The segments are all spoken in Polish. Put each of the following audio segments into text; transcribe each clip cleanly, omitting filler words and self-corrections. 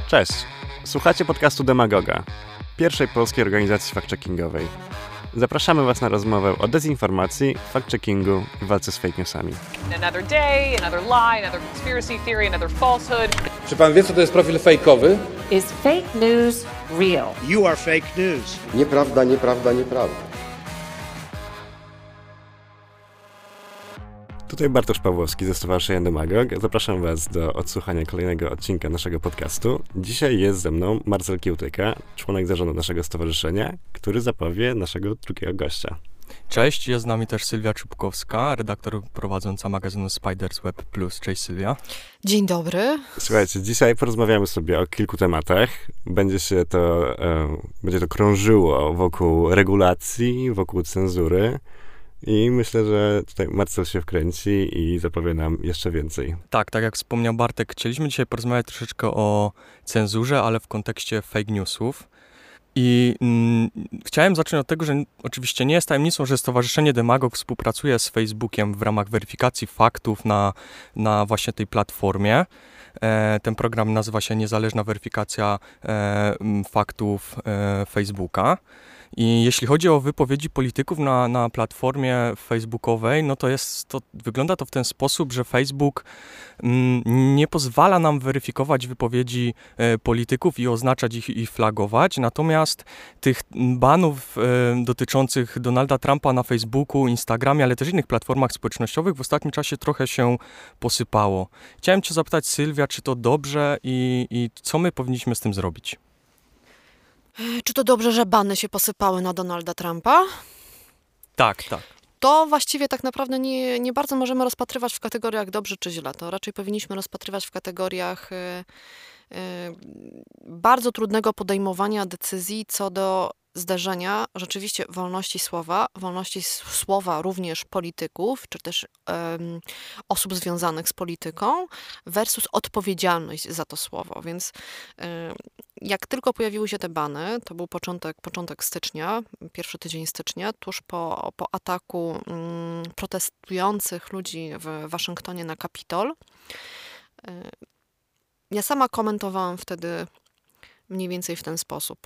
Cześć! Słuchacie podcastu Demagoga, pierwszej polskiej organizacji fact-checkingowej. Zapraszamy Was na rozmowę o dezinformacji, fact-checkingu i walce z fake newsami. Another day, another lie, another conspiracy theory, another falsehood. Czy pan wie, co to jest profil fejkowy? Is fake news real? You are fake news. Nieprawda, nieprawda, nieprawda. Tutaj Bartosz Pawłowski ze Stowarzyszenia Demagog. Zapraszam Was do odsłuchania kolejnego odcinka naszego podcastu. Dzisiaj jest ze mną Marcel Kiełtyka, członek zarządu naszego stowarzyszenia, który zapowie naszego drugiego gościa. Cześć, jest z nami też Sylwia Czubkowska, redaktor prowadząca magazynu Spiders Web Plus. Cześć Sylwia. Dzień dobry. Słuchajcie, dzisiaj porozmawiamy sobie o kilku tematach. Będzie to krążyło wokół regulacji, wokół cenzury. I myślę, że tutaj Marcel się wkręci i zapowie nam jeszcze więcej. Tak jak wspomniał Bartek, chcieliśmy dzisiaj porozmawiać troszeczkę o cenzurze, ale w kontekście fake newsów. I chciałem zacząć od tego, że oczywiście nie jest tajemnicą, że Stowarzyszenie Demagog współpracuje z Facebookiem w ramach weryfikacji faktów na właśnie tej platformie. Ten program nazywa się Niezależna Weryfikacja Faktów Facebooka. I jeśli chodzi o wypowiedzi polityków na platformie facebookowej, no wygląda to w ten sposób, że Facebook nie pozwala nam weryfikować wypowiedzi polityków i oznaczać ich i flagować, natomiast tych banów dotyczących Donalda Trumpa na Facebooku, Instagramie, ale też innych platformach społecznościowych w ostatnim czasie trochę się posypało. Chciałem Cię zapytać, Sylwia, czy to dobrze i co my powinniśmy z tym zrobić? Czy to dobrze, że bany się posypały na Donalda Trumpa? Tak. To właściwie tak naprawdę nie bardzo możemy rozpatrywać w kategoriach dobrze czy źle. To raczej powinniśmy rozpatrywać w kategoriach bardzo trudnego podejmowania decyzji co do zderzenia rzeczywiście wolności słowa również polityków, czy też osób związanych z polityką versus odpowiedzialność za to słowo. Więc jak tylko pojawiły się te bany, to był początek stycznia, pierwszy tydzień stycznia, tuż po ataku protestujących ludzi w Waszyngtonie na Kapitol. Ja sama komentowałam wtedy mniej więcej w ten sposób.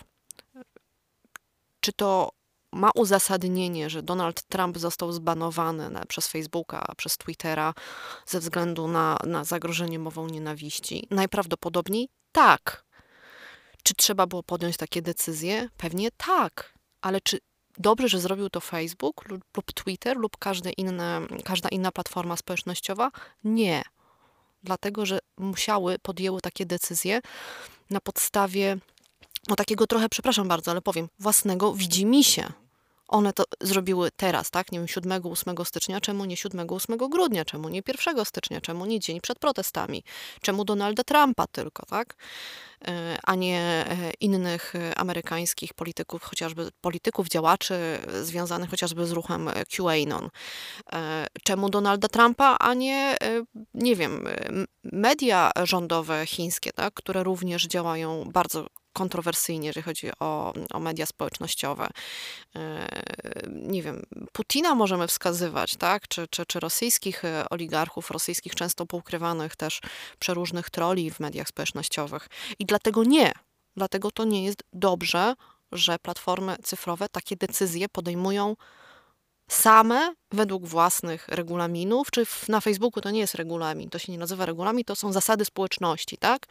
Czy to ma uzasadnienie, że Donald Trump został zbanowany przez Facebooka, przez Twittera ze względu na zagrożenie mową nienawiści? Najprawdopodobniej tak. Czy trzeba było podjąć takie decyzje? Pewnie tak. Ale czy dobrze, że zrobił to Facebook lub Twitter lub każda inna platforma społecznościowa? Nie. Dlatego, że podjęły takie decyzje na podstawie takiego trochę, przepraszam bardzo, ale powiem, własnego widzimisię. One to zrobiły teraz, tak? Nie wiem, 7-8 stycznia, czemu nie 7-8 grudnia, czemu nie 1 stycznia, czemu nie dzień przed protestami, czemu Donalda Trumpa tylko, tak? A nie innych amerykańskich polityków, chociażby polityków, działaczy związanych chociażby z ruchem QAnon. Czemu Donalda Trumpa, a nie wiem, media rządowe chińskie, tak? Które również działają bardzo kontrowersyjnie, jeżeli chodzi o media społecznościowe. Nie wiem, Putina możemy wskazywać, tak? Czy rosyjskich oligarchów, rosyjskich często poukrywanych też przeróżnych troli w mediach społecznościowych. I dlatego to nie jest dobrze, że platformy cyfrowe takie decyzje podejmują same według własnych regulaminów, czy na Facebooku to nie jest regulamin, to się nie nazywa regulamin, to są zasady społeczności, tak?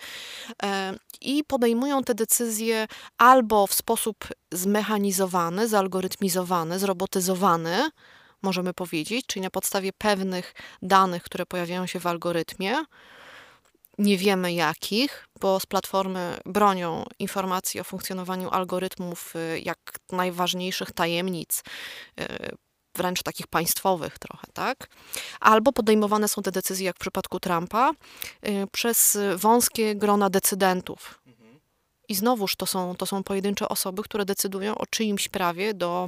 I podejmują te decyzje albo w sposób zmechanizowany, zalgorytmizowany, zrobotyzowany, możemy powiedzieć, czyli na podstawie pewnych danych, które pojawiają się w algorytmie, nie wiemy jakich, bo z platformy bronią informacji o funkcjonowaniu algorytmów jak najważniejszych tajemnic, wręcz takich państwowych trochę, tak? Albo podejmowane są te decyzje, jak w przypadku Trumpa, przez wąskie grona decydentów. I znowuż to są pojedyncze osoby, które decydują o czyimś prawie do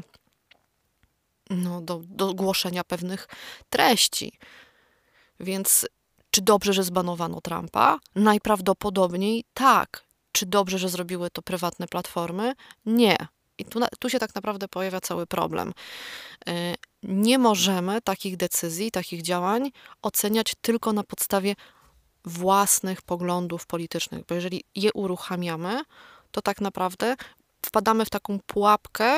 głoszenia pewnych treści. Więc czy dobrze, że zbanowano Trumpa? Najprawdopodobniej tak. Czy dobrze, że zrobiły to prywatne platformy? Nie. I tu się tak naprawdę pojawia cały problem. Nie możemy takich decyzji, takich działań oceniać tylko na podstawie własnych poglądów politycznych, bo jeżeli je uruchamiamy, to tak naprawdę wpadamy w taką pułapkę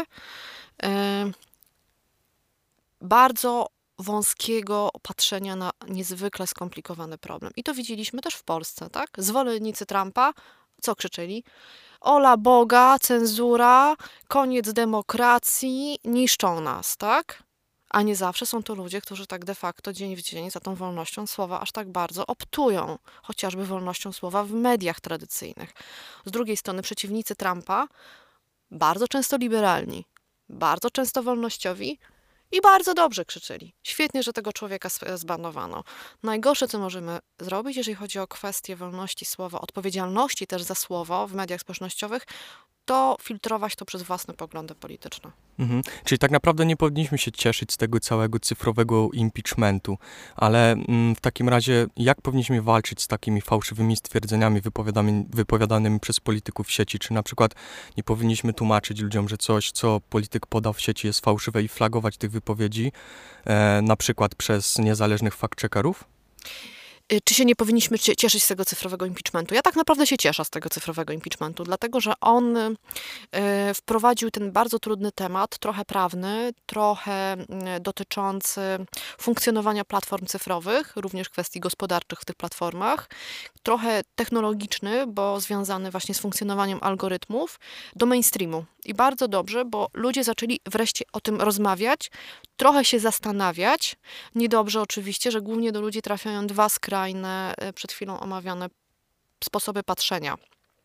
bardzo wąskiego patrzenia na niezwykle skomplikowany problem. I to widzieliśmy też w Polsce, tak? Zwolennicy Trumpa, co krzyczeli? Ola Boga, cenzura, koniec demokracji, niszczą nas, tak? A nie zawsze są to ludzie, którzy tak de facto dzień w dzień za tą wolnością słowa aż tak bardzo optują, chociażby wolnością słowa w mediach tradycyjnych. Z drugiej strony przeciwnicy Trumpa, bardzo często liberalni, bardzo często wolnościowi i bardzo dobrze krzyczeli. Świetnie, że tego człowieka zbanowano. Najgorsze, co możemy zrobić, jeżeli chodzi o kwestię wolności słowa, odpowiedzialności też za słowo w mediach społecznościowych, to filtrować to przez własne poglądy polityczne. Czyli tak naprawdę nie powinniśmy się cieszyć z tego całego cyfrowego impeachmentu, ale w takim razie jak powinniśmy walczyć z takimi fałszywymi stwierdzeniami wypowiadanymi przez polityków w sieci? Czy na przykład nie powinniśmy tłumaczyć ludziom, że coś, co polityk podał w sieci jest fałszywe i flagować tych wypowiedzi, na przykład przez niezależnych fact-checkerów? Czy się nie powinniśmy cieszyć z tego cyfrowego impeachmentu? Ja tak naprawdę się cieszę z tego cyfrowego impeachmentu, dlatego że on wprowadził ten bardzo trudny temat, trochę prawny, trochę dotyczący funkcjonowania platform cyfrowych, również kwestii gospodarczych w tych platformach, trochę technologiczny, bo związany właśnie z funkcjonowaniem algorytmów, do mainstreamu. I bardzo dobrze, bo ludzie zaczęli wreszcie o tym rozmawiać, trochę się zastanawiać. Niedobrze oczywiście, że głównie do ludzi trafiają dwa skrajne, przed chwilą omawiane sposoby patrzenia.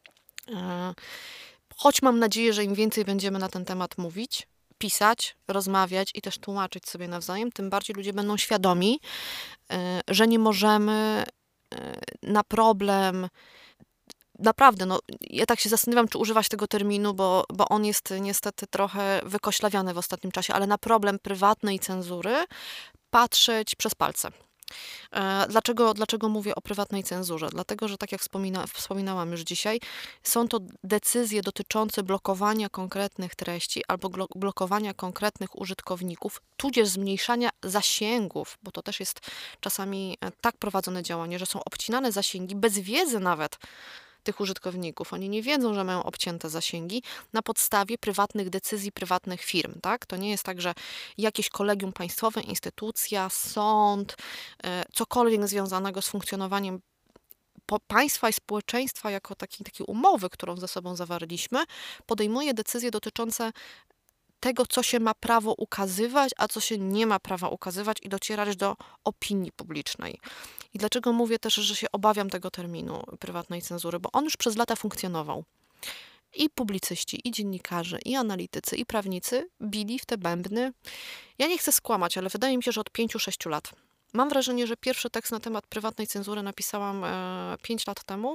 Choć mam nadzieję, że im więcej będziemy na ten temat mówić, pisać, rozmawiać i też tłumaczyć sobie nawzajem, tym bardziej ludzie będą świadomi, że nie możemy na problem... Naprawdę, ja tak się zastanawiam, czy używać tego terminu, bo on jest niestety trochę wykoślawiany w ostatnim czasie, ale na problem prywatnej cenzury patrzeć przez palce. Dlaczego mówię o prywatnej cenzurze? Dlatego, że tak jak wspominałam już dzisiaj, są to decyzje dotyczące blokowania konkretnych treści albo blokowania konkretnych użytkowników, tudzież zmniejszania zasięgów, bo to też jest czasami tak prowadzone działanie, że są obcinane zasięgi bez wiedzy nawet tych użytkowników. Oni nie wiedzą, że mają obcięte zasięgi na podstawie prywatnych decyzji prywatnych firm. Tak? To nie jest tak, że jakieś kolegium państwowe, instytucja, sąd, cokolwiek związanego z funkcjonowaniem państwa i społeczeństwa jako takiej umowy, którą ze sobą zawarliśmy, podejmuje decyzje dotyczące tego, co się ma prawo ukazywać, a co się nie ma prawa ukazywać i docierać do opinii publicznej. I dlaczego mówię też, że się obawiam tego terminu prywatnej cenzury, bo on już przez lata funkcjonował. I publicyści, i dziennikarze, i analitycy, i prawnicy bili w te bębny. Ja nie chcę skłamać, ale wydaje mi się, że od 5-6 lat. Mam wrażenie, że pierwszy tekst na temat prywatnej cenzury napisałam 5 lat temu.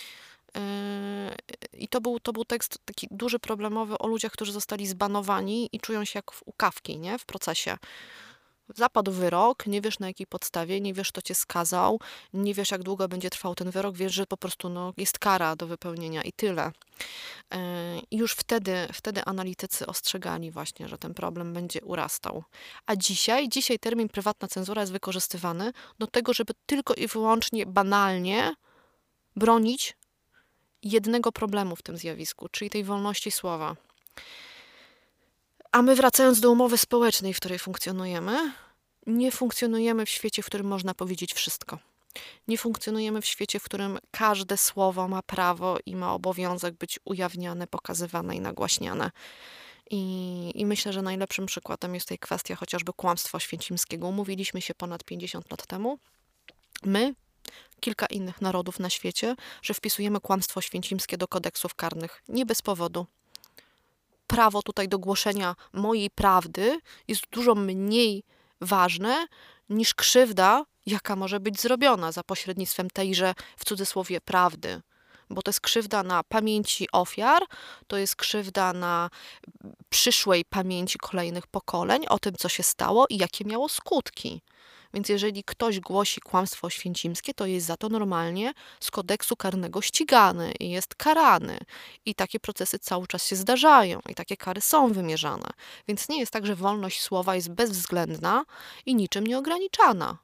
I to był tekst taki duży, problemowy o ludziach, którzy zostali zbanowani i czują się jak u Kafki, nie? W procesie. Zapadł wyrok, nie wiesz na jakiej podstawie, nie wiesz kto cię skazał, nie wiesz jak długo będzie trwał ten wyrok, wiesz, że po prostu jest kara do wypełnienia i tyle. I już wtedy analitycy ostrzegali właśnie, że ten problem będzie urastał. A dzisiaj termin prywatna cenzura jest wykorzystywany do tego, żeby tylko i wyłącznie banalnie bronić jednego problemu w tym zjawisku, czyli tej wolności słowa. A my, wracając do umowy społecznej, w której funkcjonujemy, nie funkcjonujemy w świecie, w którym można powiedzieć wszystko. Nie funkcjonujemy w świecie, w którym każde słowo ma prawo i ma obowiązek być ujawniane, pokazywane i nagłaśniane. I myślę, że najlepszym przykładem jest tej kwestia chociażby kłamstwa oświęcimskiego. Umówiliśmy się ponad 50 lat temu. My, kilka innych narodów na świecie, że wpisujemy kłamstwo oświęcimskie do kodeksów karnych. Nie bez powodu. Prawo tutaj do głoszenia mojej prawdy jest dużo mniej ważne niż krzywda, jaka może być zrobiona za pośrednictwem tejże, w cudzysłowie, prawdy. Bo to jest krzywda na pamięci ofiar, to jest krzywda na przyszłej pamięci kolejnych pokoleń o tym, co się stało i jakie miało skutki. Więc jeżeli ktoś głosi kłamstwo oświęcimskie, to jest za to normalnie z kodeksu karnego ścigany i jest karany. I takie procesy cały czas się zdarzają i takie kary są wymierzane. Więc nie jest tak, że wolność słowa jest bezwzględna i niczym nieograniczana.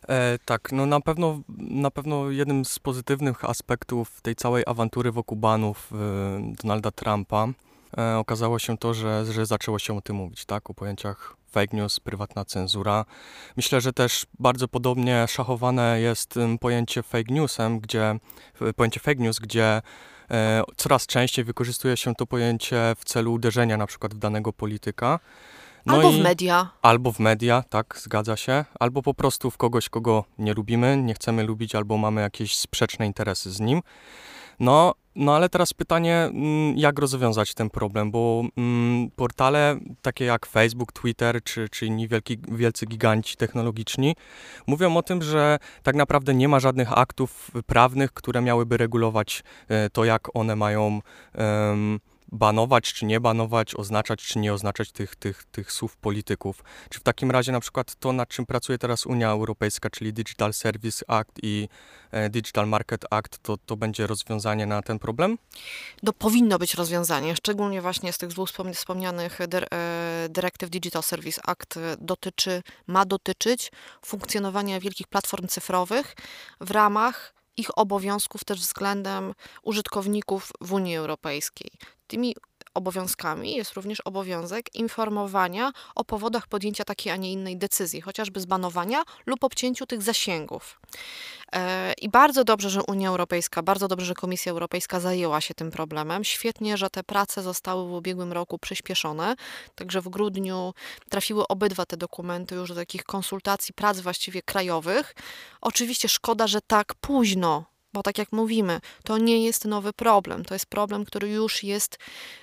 Tak, no na pewno jednym z pozytywnych aspektów tej całej awantury wokół banów Donalda Trumpa okazało się to, że zaczęło się o tym mówić, tak, o pojęciach fake news, prywatna cenzura. Myślę, że też bardzo podobnie szachowane jest pojęcie fake news, gdzie coraz częściej wykorzystuje się to pojęcie w celu uderzenia na przykład w danego polityka. Albo w media. Albo w media, tak, zgadza się. Albo po prostu w kogoś, kogo nie lubimy, nie chcemy lubić, albo mamy jakieś sprzeczne interesy z nim. No ale teraz pytanie, jak rozwiązać ten problem, bo portale takie jak Facebook, Twitter czy inni wielcy giganci technologiczni mówią o tym, że tak naprawdę nie ma żadnych aktów prawnych, które miałyby regulować to, jak one mają banować czy nie banować, oznaczać czy nie oznaczać tych słów polityków. Czy w takim razie na przykład to, nad czym pracuje teraz Unia Europejska, czyli Digital Service Act i Digital Market Act, to będzie rozwiązanie na ten problem? Powinno być rozwiązanie, szczególnie właśnie z tych dwóch wspomnianych dyrektyw Digital Service Act ma dotyczyć funkcjonowania wielkich platform cyfrowych w ramach ich obowiązków też względem użytkowników w Unii Europejskiej. Tymi obowiązkami jest również obowiązek informowania o powodach podjęcia takiej, a nie innej decyzji, chociażby zbanowania lub obcięciu tych zasięgów. I bardzo dobrze, że Unia Europejska, bardzo dobrze, że Komisja Europejska zajęła się tym problemem. Świetnie, że te prace zostały w ubiegłym roku przyspieszone. Także w grudniu trafiły obydwa te dokumenty już do takich konsultacji, prac właściwie krajowych. Oczywiście szkoda, że tak późno, bo tak jak mówimy, to nie jest nowy problem. To jest problem, który już jest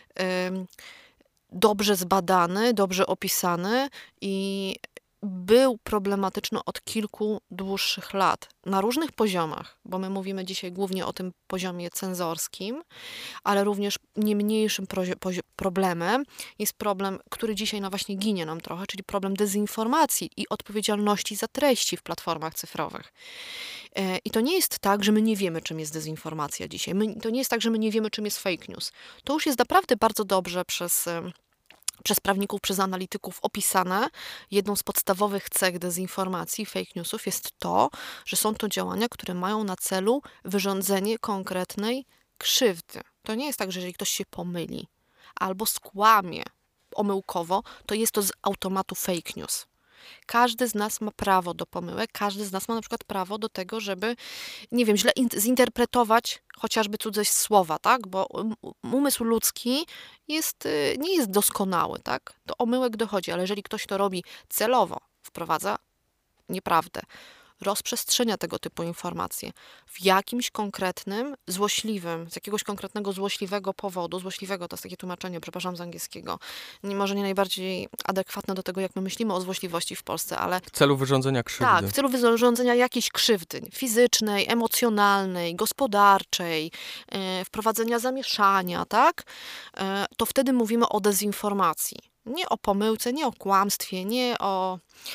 dobrze zbadany, dobrze opisany i był problematyczny od kilku dłuższych lat. Na różnych poziomach, bo my mówimy dzisiaj głównie o tym poziomie cenzorskim, ale również nie mniejszym problemem jest problem, który dzisiaj właśnie ginie nam trochę, czyli problem dezinformacji i odpowiedzialności za treści w platformach cyfrowych. I to nie jest tak, że my nie wiemy, czym jest dezinformacja dzisiaj. To nie jest tak, że my nie wiemy, czym jest fake news. To już jest naprawdę bardzo dobrze przez prawników, przez analityków opisane. Jedną z podstawowych cech dezinformacji, fake newsów jest to, że są to działania, które mają na celu wyrządzenie konkretnej krzywdy. To nie jest tak, że jeżeli ktoś się pomyli albo skłamie omyłkowo, to jest to z automatu fake news. Każdy z nas ma prawo do pomyłek, każdy z nas ma na przykład prawo do tego, żeby, nie wiem, źle zinterpretować chociażby cudze słowa, tak? Bo umysł ludzki nie jest doskonały, tak? Do omyłek dochodzi, ale jeżeli ktoś to robi celowo, wprowadza nieprawdę, rozprzestrzenia tego typu informacje w jakimś konkretnym, z jakiegoś konkretnego złośliwego powodu, złośliwego to jest takie tłumaczenie, przepraszam z angielskiego, może nie najbardziej adekwatne do tego, jak my myślimy o złośliwości w Polsce, ale... W celu wyrządzenia krzywdy. Tak, w celu wyrządzenia jakiejś krzywdy fizycznej, emocjonalnej, gospodarczej, wprowadzenia zamieszania, tak? To wtedy mówimy o dezinformacji. Nie o pomyłce, nie o kłamstwie, nie o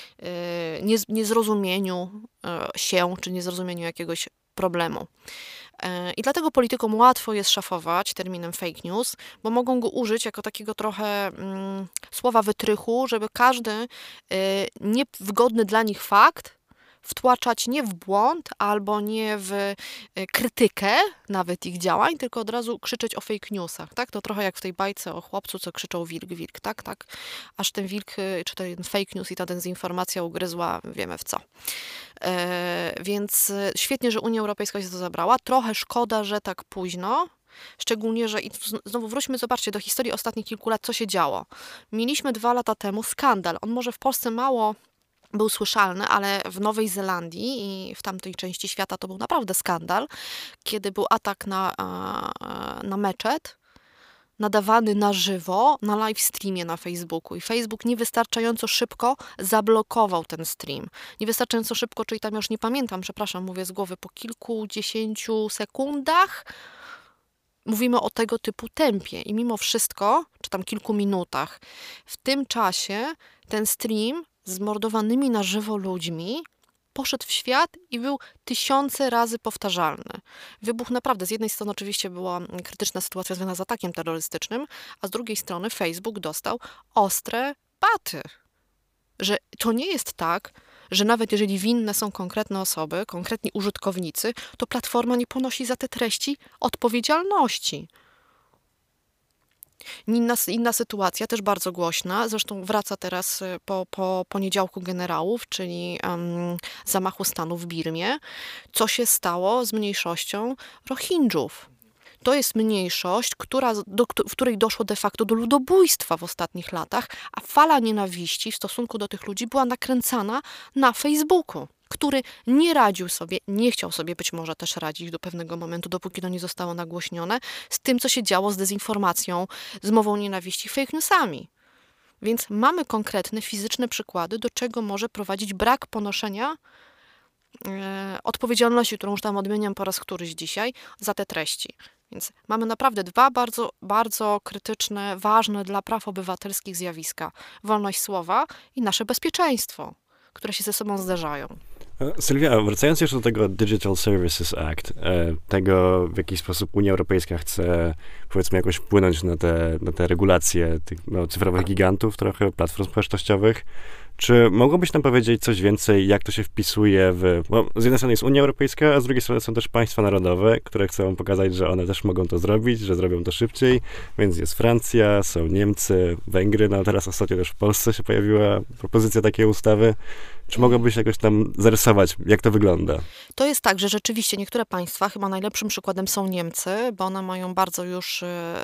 niezrozumieniu się, czy niezrozumieniu jakiegoś problemu. I dlatego politykom łatwo jest szafować terminem fake news, bo mogą go użyć jako takiego trochę słowa wytrychu, żeby każdy niewygodny dla nich fakt wtłaczać nie w błąd albo nie w krytykę nawet ich działań, tylko od razu krzyczeć o fake newsach, tak? To trochę jak w tej bajce o chłopcu, co krzyczał wilk, wilk, tak? Aż ten wilk, czy ten fake news i ta dezinformacja ugryzła, wiemy w co. Więc świetnie, że Unia Europejska się to zabrała. Trochę szkoda, że tak późno. Szczególnie, że i znowu wróćmy, zobaczcie, do historii ostatnich kilku lat, co się działo. Mieliśmy 2 lata temu skandal. On może w Polsce mało był słyszalny, ale w Nowej Zelandii i w tamtej części świata to był naprawdę skandal, kiedy był atak na meczet, nadawany na żywo, na live streamie na Facebooku. I Facebook niewystarczająco szybko zablokował ten stream. Niewystarczająco szybko, czyli tam już nie pamiętam, przepraszam, mówię z głowy, po kilkudziesięciu sekundach mówimy o tego typu tempie. I mimo wszystko, czy tam kilku minutach, w tym czasie ten stream z mordowanymi na żywo ludźmi poszedł w świat i był 1000 razy powtarzalny. Wybuch naprawdę, z jednej strony oczywiście była krytyczna sytuacja związana z atakiem terrorystycznym, a z drugiej strony Facebook dostał ostre baty. Że to nie jest tak, że nawet jeżeli winne są konkretne osoby, konkretni użytkownicy, to platforma nie ponosi za te treści odpowiedzialności. Inna sytuacja, też bardzo głośna, zresztą wraca teraz po poniedziałku generałów, czyli zamachu stanu w Birmie. Co się stało z mniejszością Rohingjów? To jest mniejszość, w której doszło de facto do ludobójstwa w ostatnich latach, a fala nienawiści w stosunku do tych ludzi była nakręcana na Facebooku, który nie radził sobie, nie chciał sobie być może też radzić do pewnego momentu, dopóki to nie zostało nagłośnione, z tym, co się działo z dezinformacją, z mową nienawiści, fake newsami. Więc mamy konkretne, fizyczne przykłady, do czego może prowadzić brak ponoszenia odpowiedzialności, którą już tam odmieniam po raz któryś dzisiaj, za te treści. Więc mamy naprawdę dwa bardzo, bardzo krytyczne, ważne dla praw obywatelskich zjawiska. Wolność słowa i nasze bezpieczeństwo, które się ze sobą zderzają. Sylwia, wracając jeszcze do tego Digital Services Act, tego w jaki sposób Unia Europejska chce, powiedzmy, jakoś wpłynąć na te regulacje tych cyfrowych gigantów trochę, platform społecznościowych, czy mogłabyś nam powiedzieć coś więcej, jak to się wpisuje bo z jednej strony jest Unia Europejska, a z drugiej strony są też państwa narodowe, które chcą pokazać, że one też mogą to zrobić, że zrobią to szybciej, więc jest Francja, są Niemcy, Węgry, teraz ostatnio też w Polsce się pojawiła propozycja takiej ustawy. Czy mogłabyś jakoś tam zarysować, jak to wygląda? To jest tak, że rzeczywiście niektóre państwa, chyba najlepszym przykładem są Niemcy, bo one mają bardzo już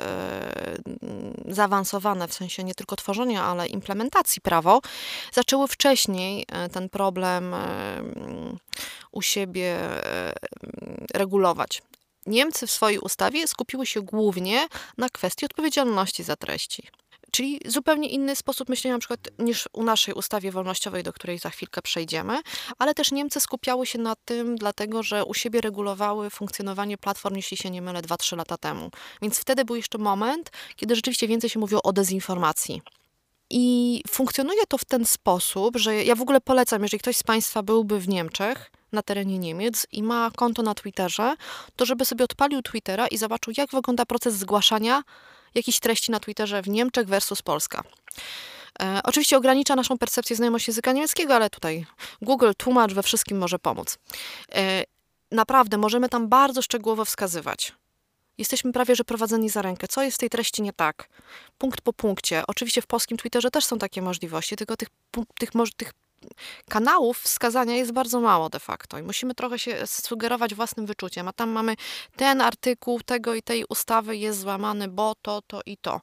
zaawansowane w sensie nie tylko tworzenia, ale implementacji prawo, zaczęły wcześniej ten problem u siebie regulować. Niemcy w swojej ustawie skupiły się głównie na kwestii odpowiedzialności za treści. Czyli zupełnie inny sposób myślenia na przykład niż u naszej ustawie wolnościowej, do której za chwilkę przejdziemy, ale też Niemcy skupiały się na tym, dlatego że u siebie regulowały funkcjonowanie platform, jeśli się nie mylę, 2-3 lata temu. Więc wtedy był jeszcze moment, kiedy rzeczywiście więcej się mówiło o dezinformacji. I funkcjonuje to w ten sposób, że ja w ogóle polecam, jeżeli ktoś z Państwa byłby w Niemczech, na terenie Niemiec i ma konto na Twitterze, to żeby sobie odpalił Twittera i zobaczył, jak wygląda proces zgłaszania jakichś treści na Twitterze w Niemczech versus Polska. Oczywiście ogranicza naszą percepcję znajomości języka niemieckiego, ale tutaj Google, tłumacz we wszystkim może pomóc. Naprawdę możemy tam bardzo szczegółowo wskazywać. Jesteśmy prawie że prowadzeni za rękę. Co jest w tej treści nie tak? Punkt po punkcie. Oczywiście w polskim Twitterze też są takie możliwości, tylko tych kanałów wskazania jest bardzo mało de facto i musimy trochę się sugerować własnym wyczuciem, a tam mamy ten artykuł tego i tej ustawy jest złamany, bo to i to.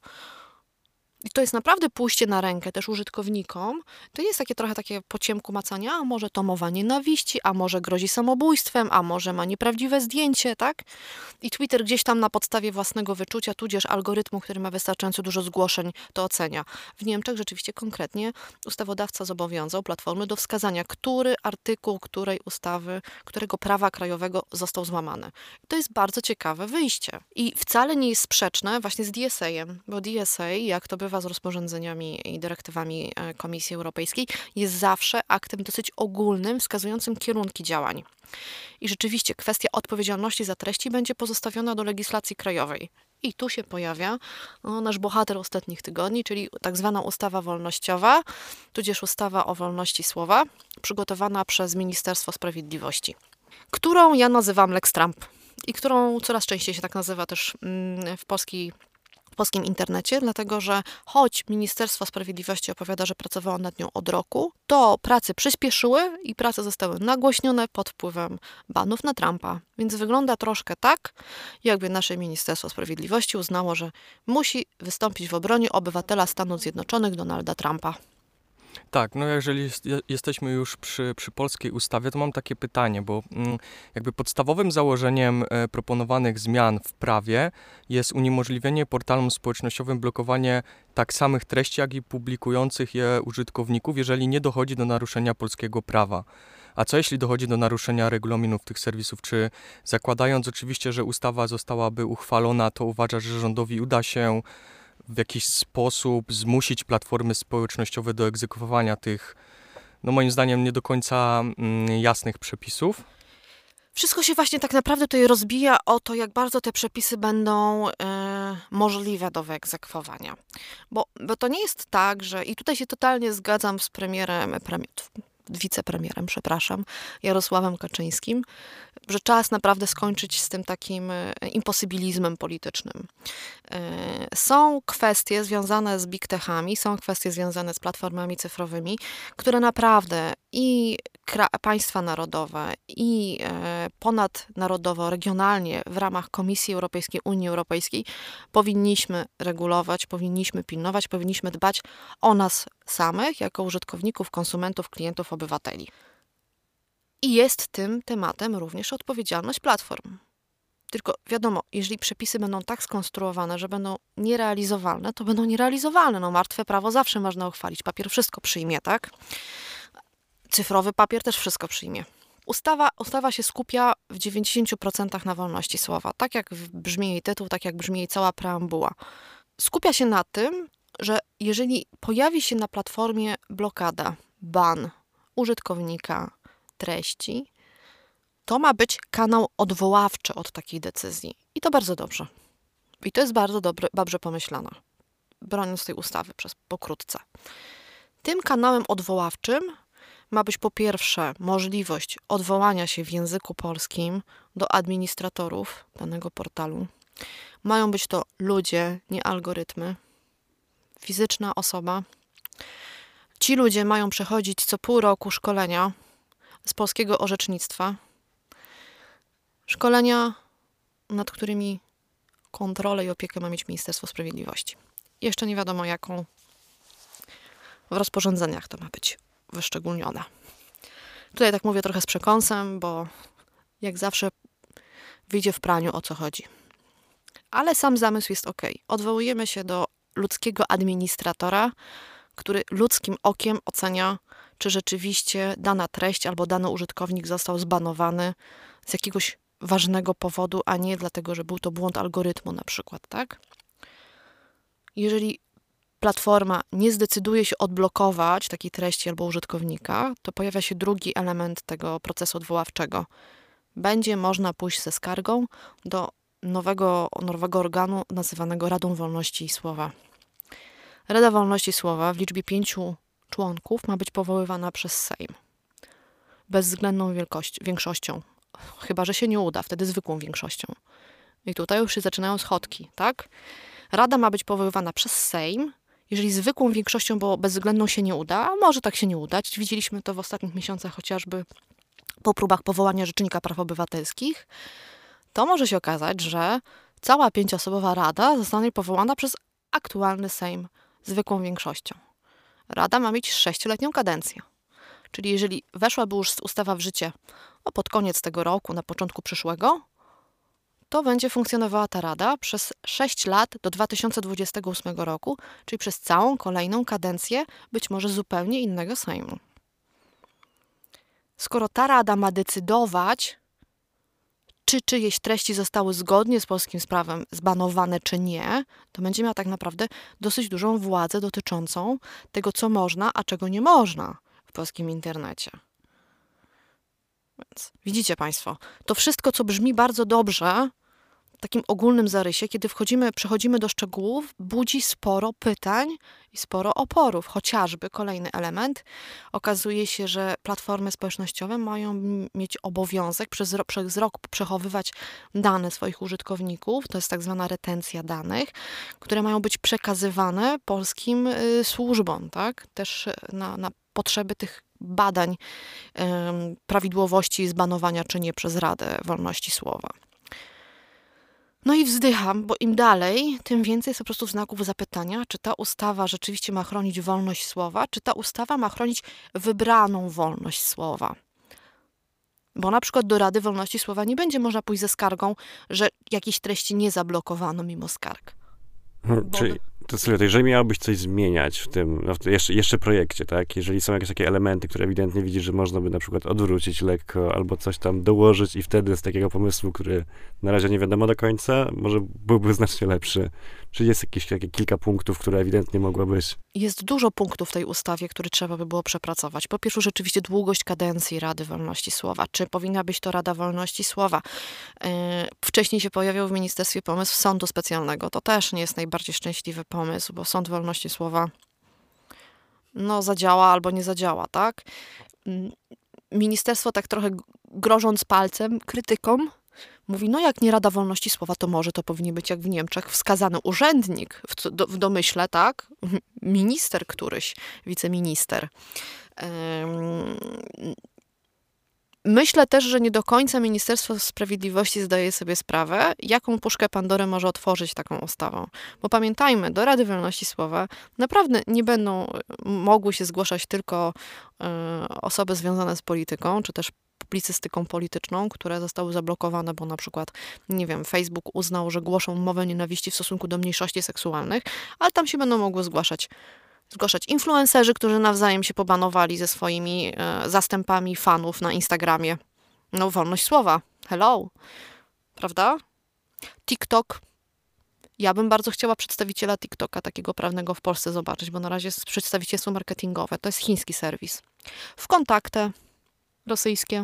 I to jest naprawdę pójście na rękę też użytkownikom. To nie jest trochę takie po ciemku macania, a może to mowa nienawiści, a może grozi samobójstwem, a może ma nieprawdziwe zdjęcie, tak? I Twitter gdzieś tam na podstawie własnego wyczucia, tudzież algorytmu, który ma wystarczająco dużo zgłoszeń, to ocenia. W Niemczech rzeczywiście konkretnie ustawodawca zobowiązał platformy do wskazania, który artykuł, której ustawy, którego prawa krajowego został złamany. I to jest bardzo ciekawe wyjście. I wcale nie jest sprzeczne właśnie z DSA-em, bo DSA, jak to bywa z rozporządzeniami i dyrektywami Komisji Europejskiej, jest zawsze aktem dosyć ogólnym, wskazującym kierunki działań. I rzeczywiście kwestia odpowiedzialności za treści będzie pozostawiona do legislacji krajowej. I tu się pojawia nasz bohater ostatnich tygodni, czyli tak zwana ustawa wolnościowa, tudzież ustawa o wolności słowa, przygotowana przez Ministerstwo Sprawiedliwości, którą ja nazywam Lex Trump i którą coraz częściej się tak nazywa też w polskim internecie, dlatego że choć Ministerstwo Sprawiedliwości opowiada, że pracowało nad nią od roku, to prace przyspieszyły i prace zostały nagłośnione pod wpływem banów na Trumpa. Więc wygląda troszkę tak, jakby nasze Ministerstwo Sprawiedliwości uznało, że musi wystąpić w obronie obywatela Stanów Zjednoczonych Donalda Trumpa. Tak, jeżeli jesteśmy już przy polskiej ustawie, to mam takie pytanie, bo jakby podstawowym założeniem proponowanych zmian w prawie jest uniemożliwienie portalom społecznościowym blokowanie tak samych treści, jak i publikujących je użytkowników, jeżeli nie dochodzi do naruszenia polskiego prawa. A co jeśli dochodzi do naruszenia regulaminów tych serwisów? Czy zakładając oczywiście, że ustawa zostałaby uchwalona, to uważasz, że rządowi uda się w jakiś sposób zmusić platformy społecznościowe do egzekwowania tych, moim zdaniem, nie do końca jasnych przepisów? Wszystko się właśnie tak naprawdę tutaj rozbija o to, jak bardzo te przepisy będą możliwe do wyegzekwowania. Bo to nie jest tak, że, i tutaj się totalnie zgadzam z wicepremierem, przepraszam, Jarosławem Kaczyńskim, że czas naprawdę skończyć z tym takim imposybilizmem politycznym. Są kwestie związane z big techami, są kwestie związane z platformami cyfrowymi, które naprawdę i państwa narodowe, i ponadnarodowo, regionalnie w ramach Komisji Europejskiej, Unii Europejskiej powinniśmy regulować, powinniśmy pilnować, powinniśmy dbać o nas samych, jako użytkowników, konsumentów, klientów, obywateli. I jest tym tematem również odpowiedzialność platform. Tylko wiadomo, jeżeli przepisy będą tak skonstruowane, że będą nierealizowalne, to będą nierealizowalne. No martwe prawo zawsze można uchwalić. Papier wszystko przyjmie, tak? Cyfrowy papier też wszystko przyjmie. Ustawa się skupia w 90% na wolności słowa. Tak jak brzmi jej tytuł, tak jak brzmi jej cała preambuła. Skupia się na tym, że jeżeli pojawi się na platformie blokada, ban użytkownika treści, to ma być kanał odwoławczy od takiej decyzji. I to bardzo dobrze. I to jest bardzo dobrze pomyślane, broniąc tej ustawy pokrótce. Tym kanałem odwoławczym ma być po pierwsze możliwość odwołania się w języku polskim do administratorów danego portalu. Mają być to ludzie, nie algorytmy. Fizyczna osoba. Ci ludzie mają przechodzić co pół roku szkolenia z polskiego orzecznictwa. Szkolenia, nad którymi kontrolę i opiekę ma mieć Ministerstwo Sprawiedliwości. Jeszcze nie wiadomo jaką. W rozporządzeniach to ma być wyszczególnione. Tutaj tak mówię trochę z przekąsem, bo jak zawsze wyjdzie w praniu, o co chodzi. Ale sam zamysł jest ok. Odwołujemy się do ludzkiego administratora, który ludzkim okiem ocenia, czy rzeczywiście dana treść albo dany użytkownik został zbanowany z jakiegoś ważnego powodu, a nie dlatego, że był to błąd algorytmu na przykład, tak? Jeżeli platforma nie zdecyduje się odblokować takiej treści albo użytkownika, to pojawia się drugi element tego procesu odwoławczego. Będzie można pójść ze skargą do nowego organu nazywanego Radą Wolności Słowa. Rada Wolności Słowa w liczbie 5 członków ma być powoływana przez Sejm. Bezwzględną większością. Chyba że się nie uda, wtedy zwykłą większością. I tutaj już się zaczynają schodki, tak? Rada ma być powoływana przez Sejm. Jeżeli zwykłą większością, bo bezwzględną się nie uda, a może tak się nie udać, widzieliśmy to w ostatnich miesiącach chociażby po próbach powołania Rzecznika Praw Obywatelskich, to może się okazać, że cała 5-osobowa rada zostanie powołana przez aktualny Sejm zwykłą większością. Rada ma mieć 6-letnią kadencję. Czyli jeżeli weszłaby już ustawa w życie pod koniec tego roku, na początku przyszłego, to będzie funkcjonowała ta rada przez 6 lat do 2028 roku, czyli przez całą kolejną kadencję, być może zupełnie innego Sejmu. Skoro ta rada ma decydować, czy czyjeś treści zostały zgodnie z polskim prawem zbanowane, czy nie, to będzie miała tak naprawdę dosyć dużą władzę dotyczącą tego, co można, a czego nie można w polskim internecie. Więc widzicie Państwo, to wszystko, co brzmi bardzo dobrze, w takim ogólnym zarysie, kiedy przechodzimy do szczegółów, budzi sporo pytań i sporo oporów. Chociażby kolejny element. Okazuje się, że platformy społecznościowe mają mieć obowiązek przez rok przechowywać dane swoich użytkowników. To jest tak zwana retencja danych, które mają być przekazywane polskim służbom, tak? Też na potrzeby tych badań prawidłowości zbanowania czy nie przez Radę Wolności Słowa. No i wzdycham, bo im dalej, tym więcej jest po prostu znaków zapytania, czy ta ustawa rzeczywiście ma chronić wolność słowa, czy ta ustawa ma chronić wybraną wolność słowa. Bo na przykład do Rady Wolności Słowa nie będzie można pójść ze skargą, że jakiejś treści nie zablokowano mimo skarg. Czyli to Sylwia, jeżeli miałabyś coś zmieniać w tym, jeszcze projekcie, tak? Jeżeli są jakieś takie elementy, które ewidentnie widzisz, że można by na przykład odwrócić lekko albo coś tam dołożyć i wtedy z takiego pomysłu, który na razie nie wiadomo do końca, może byłby znacznie lepszy. Czy jest jakieś takie kilka punktów, które ewidentnie mogłabyś... Jest dużo punktów w tej ustawie, które trzeba by było przepracować. Po pierwsze, rzeczywiście długość kadencji Rady Wolności Słowa. Czy powinna być to Rada Wolności Słowa? Wcześniej się pojawiał w ministerstwie pomysł sądu specjalnego. To też nie jest najbardziej szczęśliwy pomysł, bo Sąd Wolności Słowa zadziała albo nie zadziała, tak? ministerstwo tak trochę grożąc palcem krytykom, mówi, no jak nie Rada Wolności Słowa, to może to powinien być jak w Niemczech wskazany urzędnik w domyśle, tak? Minister któryś, wiceminister. Myślę też, że nie do końca Ministerstwo Sprawiedliwości zdaje sobie sprawę, jaką puszkę Pandory może otworzyć taką ustawą. Bo pamiętajmy, do Rady Wolności Słowa naprawdę nie będą mogły się zgłaszać tylko osoby związane z polityką, czy też publicystyką polityczną, które zostały zablokowane, bo na przykład, nie wiem, Facebook uznał, że głoszą mowę nienawiści w stosunku do mniejszości seksualnych, ale tam się będą mogły zgłaszać influencerzy, którzy nawzajem się pobanowali ze swoimi zastępami fanów na Instagramie. No, wolność słowa. Hello. Prawda? TikTok. Ja bym bardzo chciała przedstawiciela TikToka, takiego prawnego w Polsce zobaczyć, bo na razie jest przedstawicielstwo marketingowe. To jest chiński serwis. Wkontakte rosyjskie.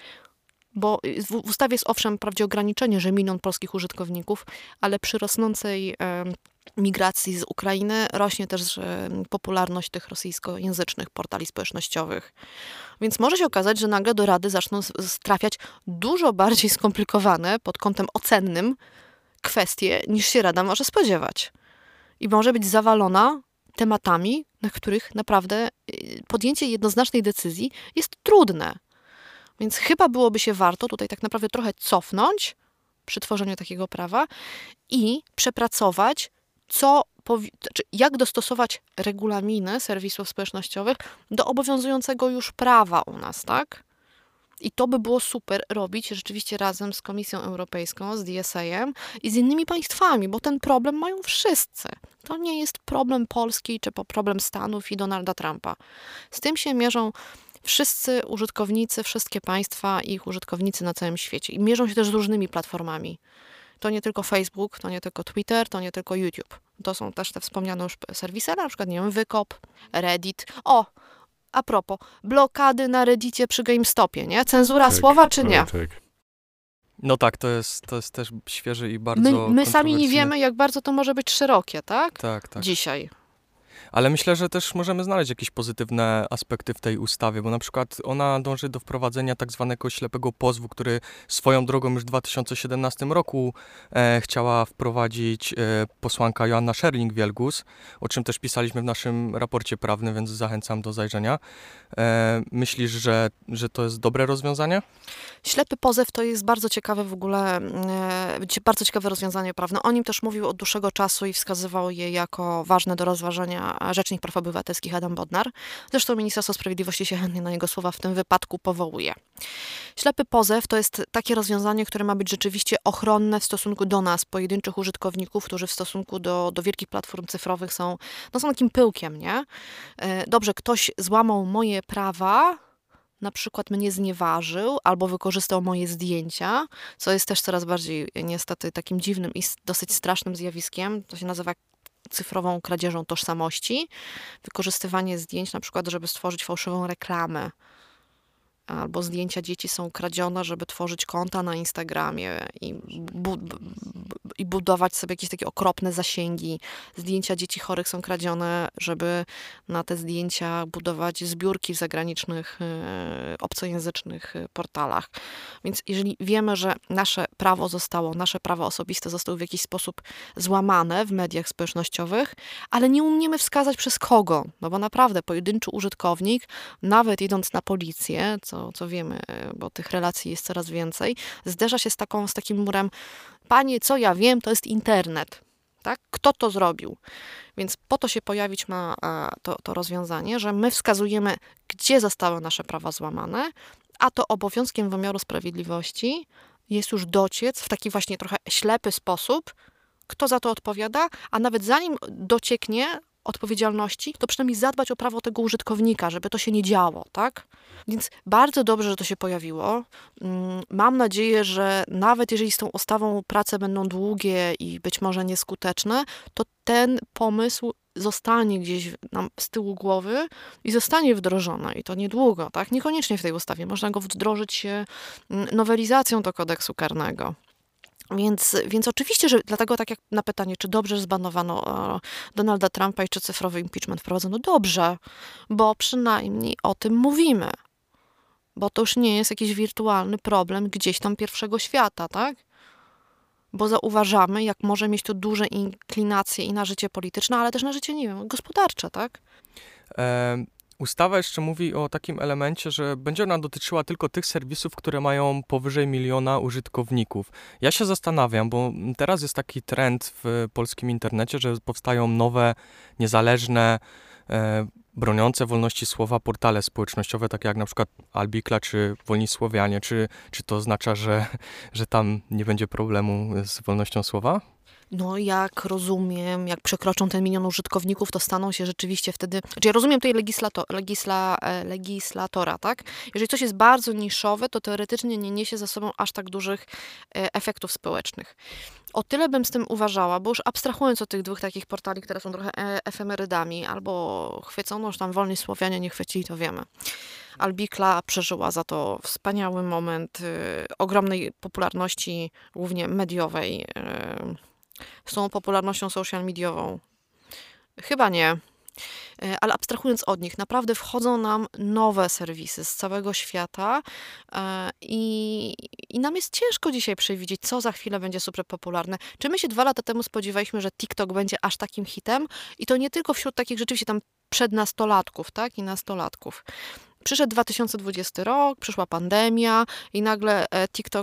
Bo w ustawie jest owszem wprawdzie ograniczenie, że 1 milion polskich użytkowników, ale przy rosnącej migracji z Ukrainy rośnie też popularność tych rosyjskojęzycznych portali społecznościowych. Więc może się okazać, że nagle do Rady zaczną trafiać dużo bardziej skomplikowane pod kątem ocennym kwestie, niż się Rada może spodziewać. I może być zawalona tematami, na których naprawdę podjęcie jednoznacznej decyzji jest trudne. Więc chyba byłoby się warto tutaj tak naprawdę trochę cofnąć przy tworzeniu takiego prawa i przepracować, jak dostosować regulaminy serwisów społecznościowych do obowiązującego już prawa u nas, tak? I to by było super robić rzeczywiście razem z Komisją Europejską, z DSA-em i z innymi państwami, bo ten problem mają wszyscy. To nie jest problem Polski czy problem Stanów i Donalda Trumpa. Z tym się mierzą wszyscy użytkownicy, wszystkie państwa i ich użytkownicy na całym świecie. I mierzą się też z różnymi platformami. To nie tylko Facebook, to nie tylko Twitter, to nie tylko YouTube. To są też te wspomniane już serwisy, ale na przykład, nie wiem, Wykop, Reddit. O, a propos, blokady na Reddicie przy GameStopie, nie? Cenzura słowa czy nie? Tak. No tak, to jest też świeży i bardzo My sami nie kontrowersyjny. wiemy, jak bardzo to może być szerokie, tak? Tak. Dzisiaj. Ale myślę, że też możemy znaleźć jakieś pozytywne aspekty w tej ustawie, bo na przykład ona dąży do wprowadzenia tak zwanego ślepego pozwu, który swoją drogą już w 2017 roku chciała wprowadzić posłanka Joanna Schörling-Wielgus, o czym też pisaliśmy w naszym raporcie prawnym, więc zachęcam do zajrzenia. Myślisz, że to jest dobre rozwiązanie? Ślepy pozew to jest bardzo ciekawe w ogóle, bardzo ciekawe rozwiązanie prawne. O nim też mówił od dłuższego czasu i wskazywał je jako ważne do rozważenia Rzecznik Praw Obywatelskich Adam Bodnar. Zresztą Ministerstwo Sprawiedliwości się chętnie na jego słowa w tym wypadku powołuje. Ślepy pozew to jest takie rozwiązanie, które ma być rzeczywiście ochronne w stosunku do nas, pojedynczych użytkowników, którzy w stosunku do wielkich platform cyfrowych są takim pyłkiem, nie? Dobrze, ktoś złamał moje prawa, na przykład mnie znieważył albo wykorzystał moje zdjęcia, co jest też coraz bardziej niestety takim dziwnym i dosyć strasznym zjawiskiem. To się nazywa cyfrową kradzieżą tożsamości. Wykorzystywanie zdjęć na przykład, żeby stworzyć fałszywą reklamę. Albo zdjęcia dzieci są kradzione, żeby tworzyć konta na Instagramie i budować sobie jakieś takie okropne zasięgi. Zdjęcia dzieci chorych są kradzione, żeby na te zdjęcia budować zbiórki w zagranicznych, obcojęzycznych portalach. Więc jeżeli wiemy, że nasze prawo osobiste zostało w jakiś sposób złamane w mediach społecznościowych, ale nie umiemy wskazać przez kogo, no bo naprawdę pojedynczy użytkownik, nawet idąc na policję, co wiemy, bo tych relacji jest coraz więcej, zderza się z takim murem, panie, co ja wiem, to jest internet. Tak? Kto to zrobił? Więc po to się pojawić ma to rozwiązanie, że my wskazujemy, gdzie zostały nasze prawa złamane, a to obowiązkiem wymiaru sprawiedliwości jest już dociec w taki właśnie trochę ślepy sposób, kto za to odpowiada, a nawet zanim docieknie odpowiedzialności, to przynajmniej zadbać o prawo tego użytkownika, żeby to się nie działo, tak? Więc bardzo dobrze, że to się pojawiło. Mam nadzieję, że nawet jeżeli z tą ustawą prace będą długie i być może nieskuteczne, to ten pomysł zostanie gdzieś nam z tyłu głowy i zostanie wdrożony. I to niedługo, tak? Niekoniecznie w tej ustawie. Można go wdrożyć nowelizacją do kodeksu karnego. Więc oczywiście, że dlatego tak jak na pytanie, czy dobrze zbanowano Donalda Trumpa i czy cyfrowy impeachment wprowadzono, dobrze, bo przynajmniej o tym mówimy. bo to już nie jest jakiś wirtualny problem gdzieś tam pierwszego świata, tak? Bo zauważamy, jak może mieć to duże inklinacje i na życie polityczne, ale też na życie, nie wiem, gospodarcze, tak? Ustawa jeszcze mówi o takim elemencie, że będzie ona dotyczyła tylko tych serwisów, które mają powyżej 1 miliona użytkowników. Ja się zastanawiam, bo teraz jest taki trend w polskim internecie, że powstają nowe, niezależne, broniące wolności słowa portale społecznościowe, takie jak na przykład Albikla czy Wolni Słowianie. Czy to oznacza, że tam nie będzie problemu z wolnością słowa? No jak rozumiem, jak przekroczą ten 1 milion użytkowników, to staną się rzeczywiście wtedy... Znaczy ja rozumiem tutaj legislatora, tak? Jeżeli coś jest bardzo niszowe, to teoretycznie nie niesie za sobą aż tak dużych efektów społecznych. O tyle bym z tym uważała, bo już abstrahując od tych dwóch takich portali, które są trochę efemerydami, albo chwycono, już tam Wolni Słowianie nie chwycili, to wiemy. Albikla przeżyła za to wspaniały moment ogromnej popularności, głównie mediowej, z tą popularnością social mediową. Chyba nie. Ale abstrahując od nich, naprawdę wchodzą nam nowe serwisy z całego świata i nam jest ciężko dzisiaj przewidzieć, co za chwilę będzie super popularne. Czy my się 2 lata temu spodziewaliśmy, że TikTok będzie aż takim hitem? I to nie tylko wśród takich rzeczywiście tam przednastolatków, tak? I nastolatków. Przyszedł 2020 rok, przyszła pandemia i nagle TikTok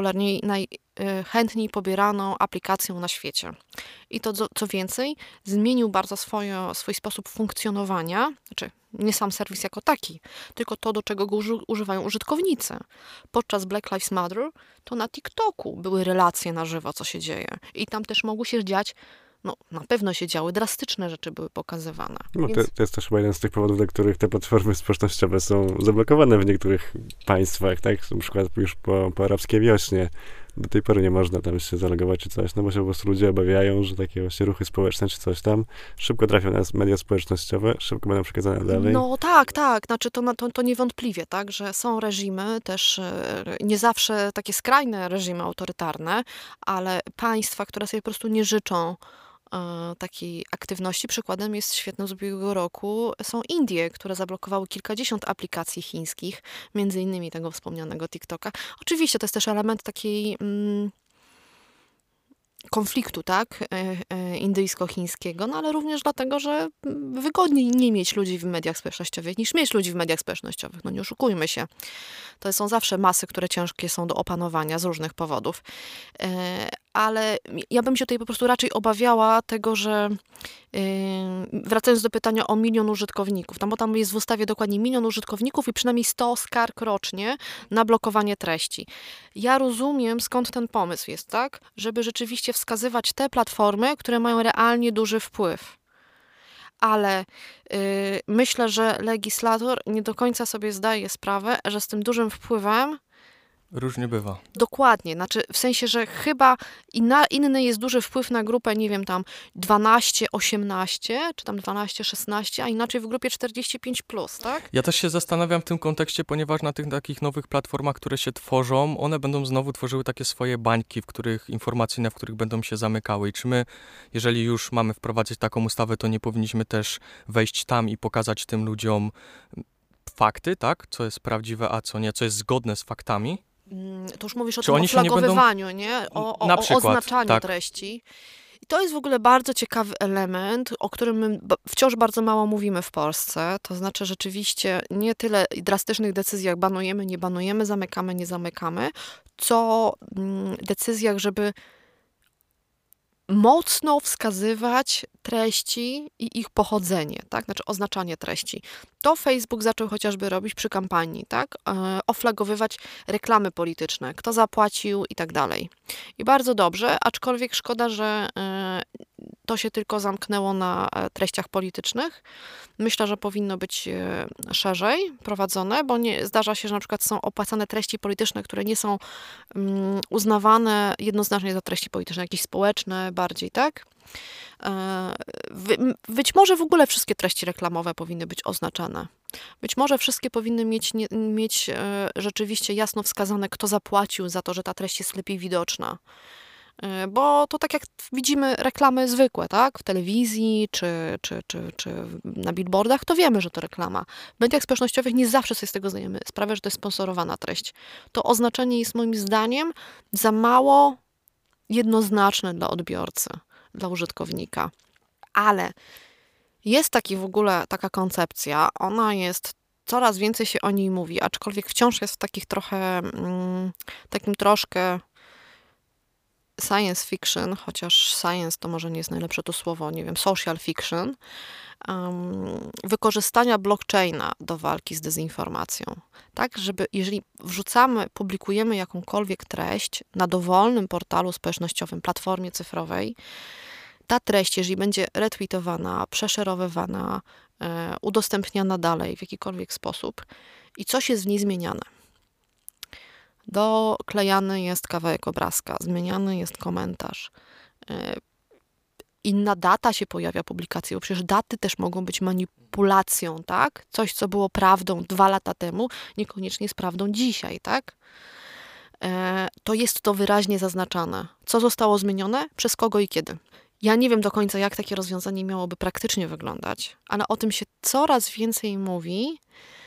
najchętniej pobieraną aplikacją na świecie. I to, co więcej, zmienił bardzo swój sposób funkcjonowania, znaczy nie sam serwis jako taki, tylko to, do czego go używają użytkownicy. Podczas Black Lives Matter to na TikToku były relacje na żywo, co się dzieje. I tam też mogły się dziać, no na pewno się działy, drastyczne rzeczy były pokazywane. No, Więc... to jest też chyba jeden z tych powodów, dla których te platformy społecznościowe są zablokowane w niektórych państwach, tak? Na przykład już po arabskiej wiośnie. Do tej pory nie można tam się zalogować czy coś, no bo się po prostu ludzie obawiają, że takie właśnie ruchy społeczne czy coś tam szybko trafią na media społecznościowe, szybko będą przekazane dalej. No tak, znaczy to niewątpliwie, tak, że są reżimy też, nie zawsze takie skrajne reżimy autorytarne, ale państwa, które sobie po prostu nie życzą takiej aktywności. Przykładem jest świetnym z ubiegłego roku są Indie, które zablokowały kilkadziesiąt aplikacji chińskich, między innymi tego wspomnianego TikToka. Oczywiście to jest też element takiej konfliktu, tak, indyjsko-chińskiego, no ale również dlatego, że wygodniej nie mieć ludzi w mediach społecznościowych niż mieć ludzi w mediach społecznościowych. No nie oszukujmy się. To są zawsze masy, które ciężkie są do opanowania z różnych powodów. Ale ja bym się tutaj po prostu raczej obawiała tego, że wracając do pytania o 1 milion użytkowników, bo tam jest w ustawie dokładnie 1 milion użytkowników i przynajmniej 100 skarg rocznie na blokowanie treści. Ja rozumiem, skąd ten pomysł jest, tak? Żeby rzeczywiście wskazywać te platformy, które mają realnie duży wpływ. Ale myślę, że legislator nie do końca sobie zdaje sprawę, że z tym dużym wpływem różnie bywa. Dokładnie, znaczy w sensie, że chyba inny jest duży wpływ na grupę, nie wiem, tam 12-18, czy tam 12-16, a inaczej w grupie 45+, tak? Ja też się zastanawiam w tym kontekście, ponieważ na tych takich nowych platformach, które się tworzą, one będą znowu tworzyły takie swoje bańki, informacyjne, w których będą się zamykały. I czy my, jeżeli już mamy wprowadzić taką ustawę, to nie powinniśmy też wejść tam i pokazać tym ludziom fakty, tak? Co jest prawdziwe, a co nie, co jest zgodne z faktami? To już mówisz o Czy tym oni się nie oflagowywaniu, nie? Na przykład, o oznaczaniu tak. treści. I to jest w ogóle bardzo ciekawy element, o którym my wciąż bardzo mało mówimy w Polsce. To znaczy rzeczywiście nie tyle drastycznych decyzjach banujemy, nie banujemy, zamykamy, nie zamykamy, co decyzjach, żeby mocno wskazywać treści i ich pochodzenie, tak? Znaczy oznaczanie treści. To Facebook zaczął chociażby robić przy kampanii, tak? Oflagowywać reklamy polityczne, kto zapłacił i tak dalej. I bardzo dobrze, aczkolwiek szkoda, że to się tylko zamknęło na treściach politycznych. Myślę, że powinno być szerzej prowadzone, bo zdarza się, że na przykład są opłacane treści polityczne, które nie są uznawane jednoznacznie za treści polityczne, jakieś społeczne bardziej, tak? Być może w ogóle wszystkie treści reklamowe powinny być oznaczane. Być może wszystkie powinny mieć rzeczywiście jasno wskazane, kto zapłacił za to, że ta treść jest lepiej widoczna. Bo to tak jak widzimy reklamy zwykłe, tak? W telewizji czy na billboardach, to wiemy, że to reklama. W mediach społecznościowych nie zawsze sobie z tego zdajemy sprawę, że to jest sponsorowana treść. To oznaczenie jest moim zdaniem za mało jednoznaczne dla odbiorcy, dla użytkownika. Ale jest w ogóle taka koncepcja, ona jest, coraz więcej się o niej mówi, aczkolwiek wciąż jest w takich takim troszkę science fiction, chociaż science to może nie jest najlepsze to słowo, nie wiem, social fiction, wykorzystania blockchaina do walki z dezinformacją. Tak, żeby jeżeli publikujemy jakąkolwiek treść na dowolnym portalu społecznościowym, platformie cyfrowej, ta treść, jeżeli będzie retweetowana, przeszerowywana, udostępniana dalej w jakikolwiek sposób i coś jest w niej zmieniane. Doklejany jest kawałek obrazka, zmieniany jest komentarz. Inna data się pojawia publikacji, bo przecież daty też mogą być manipulacją, tak? Coś, co było prawdą 2 lata temu, niekoniecznie jest prawdą dzisiaj, tak? To jest to wyraźnie zaznaczane. Co zostało zmienione, przez kogo i kiedy. Ja nie wiem do końca, jak takie rozwiązanie miałoby praktycznie wyglądać, ale o tym się coraz więcej mówi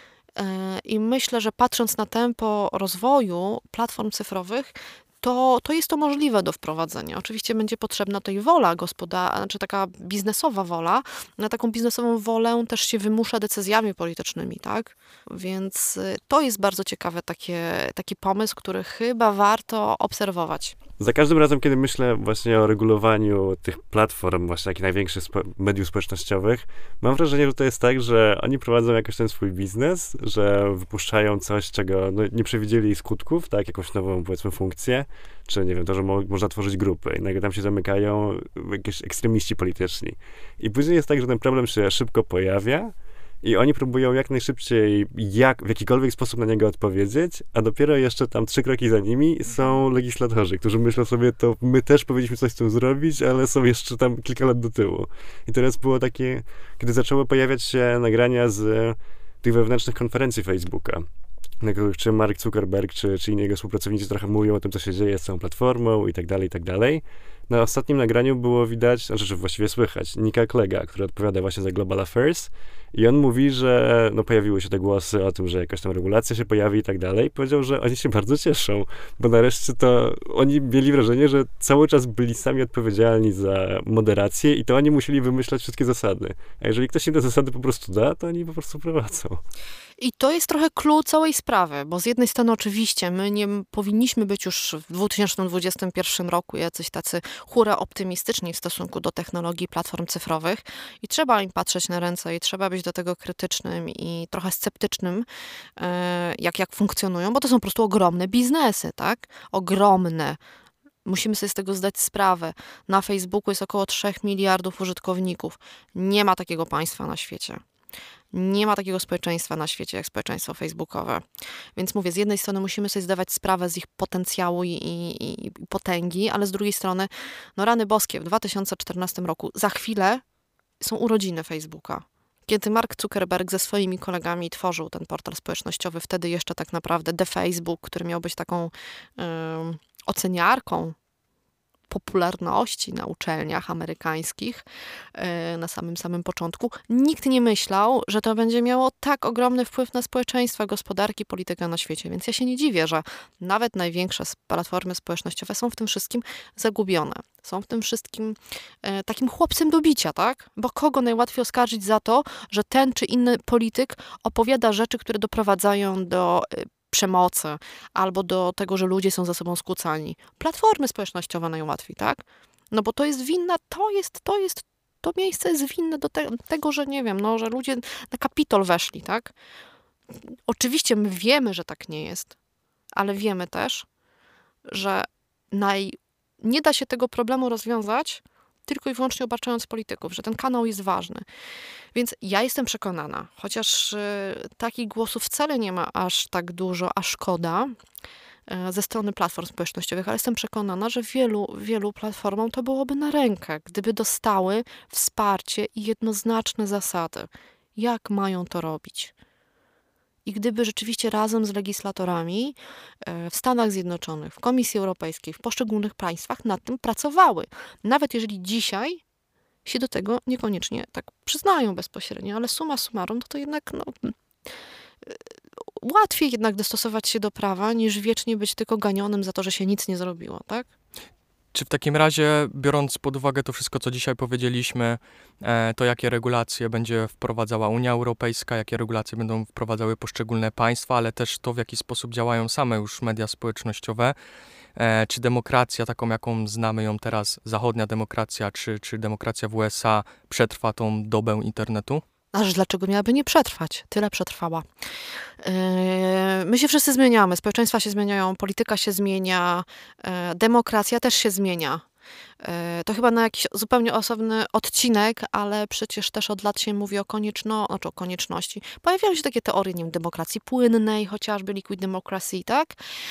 i myślę, że patrząc na tempo rozwoju platform cyfrowych, to jest to możliwe do wprowadzenia. Oczywiście będzie potrzebna tutaj wola znaczy taka biznesowa wola. Na taką biznesową wolę też się wymusza decyzjami politycznymi, tak? Więc to jest bardzo ciekawy taki pomysł, który chyba warto obserwować. Za każdym razem, kiedy myślę właśnie o regulowaniu tych platform, właśnie takich największych mediów społecznościowych, mam wrażenie, że to jest tak, że oni prowadzą jakoś ten swój biznes, że wypuszczają coś, czego nie przewidzieli skutków, tak, jakąś nową, powiedzmy, funkcję, czy nie wiem, to, że można tworzyć grupy i nagle tam się zamykają jakieś ekstremiści polityczni. I później jest tak, że ten problem się szybko pojawia, i oni próbują jak najszybciej, w jakikolwiek sposób na niego odpowiedzieć, a dopiero jeszcze tam 3 kroki za nimi są legislatorzy, którzy myślą sobie, to my też powinniśmy coś z tym zrobić, ale są jeszcze tam kilka lat do tyłu. I teraz było takie, kiedy zaczęły pojawiać się nagrania z tych wewnętrznych konferencji Facebooka, na których czy Mark Zuckerberg, czy inni jego współpracownicy trochę mówią o tym, co się dzieje z całą platformą i tak dalej, i tak dalej. Na ostatnim nagraniu było widać, znaczy właściwie słychać, Nika Klega, który odpowiada właśnie za Global Affairs i on mówi, że pojawiły się te głosy o tym, że jakaś tam regulacja się pojawi i tak dalej. Powiedział, że oni się bardzo cieszą, bo nareszcie to oni mieli wrażenie, że cały czas byli sami odpowiedzialni za moderację i to oni musieli wymyślać wszystkie zasady. A jeżeli ktoś im te zasady po prostu da, to oni po prostu prowadzą. I to jest trochę clue całej sprawy, bo z jednej strony oczywiście my nie powinniśmy być już w 2021 roku jacyś tacy hura optymistyczni w stosunku do technologii platform cyfrowych i trzeba im patrzeć na ręce i trzeba być do tego krytycznym i trochę sceptycznym, jak funkcjonują, bo to są po prostu ogromne biznesy, tak? Ogromne. Musimy sobie z tego zdać sprawę. Na Facebooku jest około 3 miliardów użytkowników. Nie ma takiego państwa na świecie. Nie ma takiego społeczeństwa na świecie jak społeczeństwo facebookowe. Więc mówię, z jednej strony musimy sobie zdawać sprawę z ich potencjału i potęgi, ale z drugiej strony, rany boskie, w 2014 roku, za chwilę są urodziny Facebooka. Kiedy Mark Zuckerberg ze swoimi kolegami tworzył ten portal społecznościowy, wtedy jeszcze tak naprawdę The Facebook, który miał być taką oceniarką popularności na uczelniach amerykańskich na samym początku. Nikt nie myślał, że to będzie miało tak ogromny wpływ na społeczeństwa, gospodarki, politykę na świecie. Więc ja się nie dziwię, że nawet największe platformy społecznościowe są w tym wszystkim zagubione. Są w tym wszystkim takim chłopcem do bicia, tak? Bo kogo najłatwiej oskarżyć za to, że ten czy inny polityk opowiada rzeczy, które doprowadzają do przemocy, albo do tego, że ludzie są ze sobą skłócani. Platformy społecznościowe najłatwiej, tak? No bo to jest winna, to miejsce jest winne do tego, że nie wiem, że ludzie na Kapitol weszli, tak? Oczywiście my wiemy, że tak nie jest, ale wiemy też, że nie da się tego problemu rozwiązać tylko i wyłącznie obarczając polityków, że ten kanał jest ważny. Więc ja jestem przekonana, chociaż takich głosów wcale nie ma aż tak dużo, a szkoda ze strony platform społecznościowych, ale jestem przekonana, że wielu platformom to byłoby na rękę, gdyby dostały wsparcie i jednoznaczne zasady, jak mają to robić. i gdyby rzeczywiście razem z legislatorami w Stanach Zjednoczonych, w Komisji Europejskiej, w poszczególnych państwach nad tym pracowały. Nawet jeżeli dzisiaj się do tego niekoniecznie tak przyznają bezpośrednio, ale summa summarum, to jednak łatwiej jednak dostosować się do prawa, niż wiecznie być tylko ganionym za to, że się nic nie zrobiło, tak? Czy w takim razie, biorąc pod uwagę to wszystko, co dzisiaj powiedzieliśmy, to jakie regulacje będzie wprowadzała Unia Europejska, jakie regulacje będą wprowadzały poszczególne państwa, ale też to, w jaki sposób działają same już media społecznościowe, czy demokracja taką, jaką znamy ją teraz, zachodnia demokracja, czy demokracja w USA przetrwa tą dobę internetu? Aż dlaczego miałaby nie przetrwać? Tyle przetrwała. My się wszyscy zmieniamy, społeczeństwa się zmieniają, polityka się zmienia, demokracja też się zmienia. To chyba na jakiś zupełnie osobny odcinek, ale przecież też od lat się mówi o konieczności. Pojawiają się takie teorie, nie wiem, demokracji płynnej, chociażby liquid democracy, tak?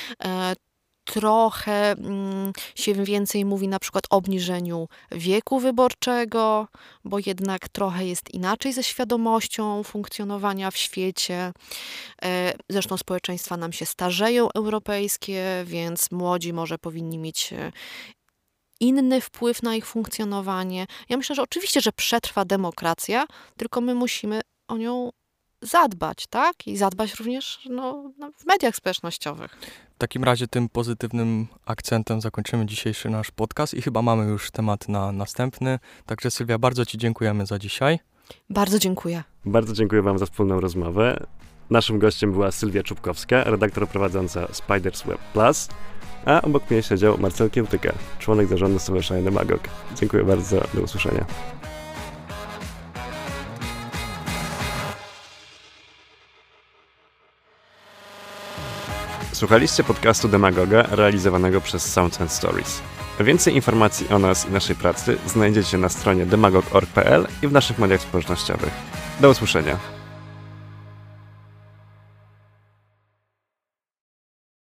Trochę się więcej mówi na przykład o obniżeniu wieku wyborczego, bo jednak trochę jest inaczej ze świadomością funkcjonowania w świecie. Zresztą społeczeństwa nam się starzeją europejskie, więc młodzi może powinni mieć inny wpływ na ich funkcjonowanie. Ja myślę, że oczywiście, że przetrwa demokracja, tylko my musimy o nią zadbać, tak? I zadbać również w mediach społecznościowych. W takim razie tym pozytywnym akcentem zakończymy dzisiejszy nasz podcast i chyba mamy już temat na następny. Także Sylwia, bardzo Ci dziękujemy za dzisiaj. Bardzo dziękuję. Bardzo dziękuję Wam za wspólną rozmowę. Naszym gościem była Sylwia Czubkowska, redaktor prowadząca Spiders Web Plus, a obok mnie siedział Marcel Kiełtyka, członek zarządu Stowarzyszenia Demagog. Dziękuję bardzo, do usłyszenia. Słuchaliście podcastu Demagoga realizowanego przez Sounds and Stories. Więcej informacji o nas i naszej pracy znajdziecie na stronie demagog.org.pl i w naszych mediach społecznościowych. Do usłyszenia.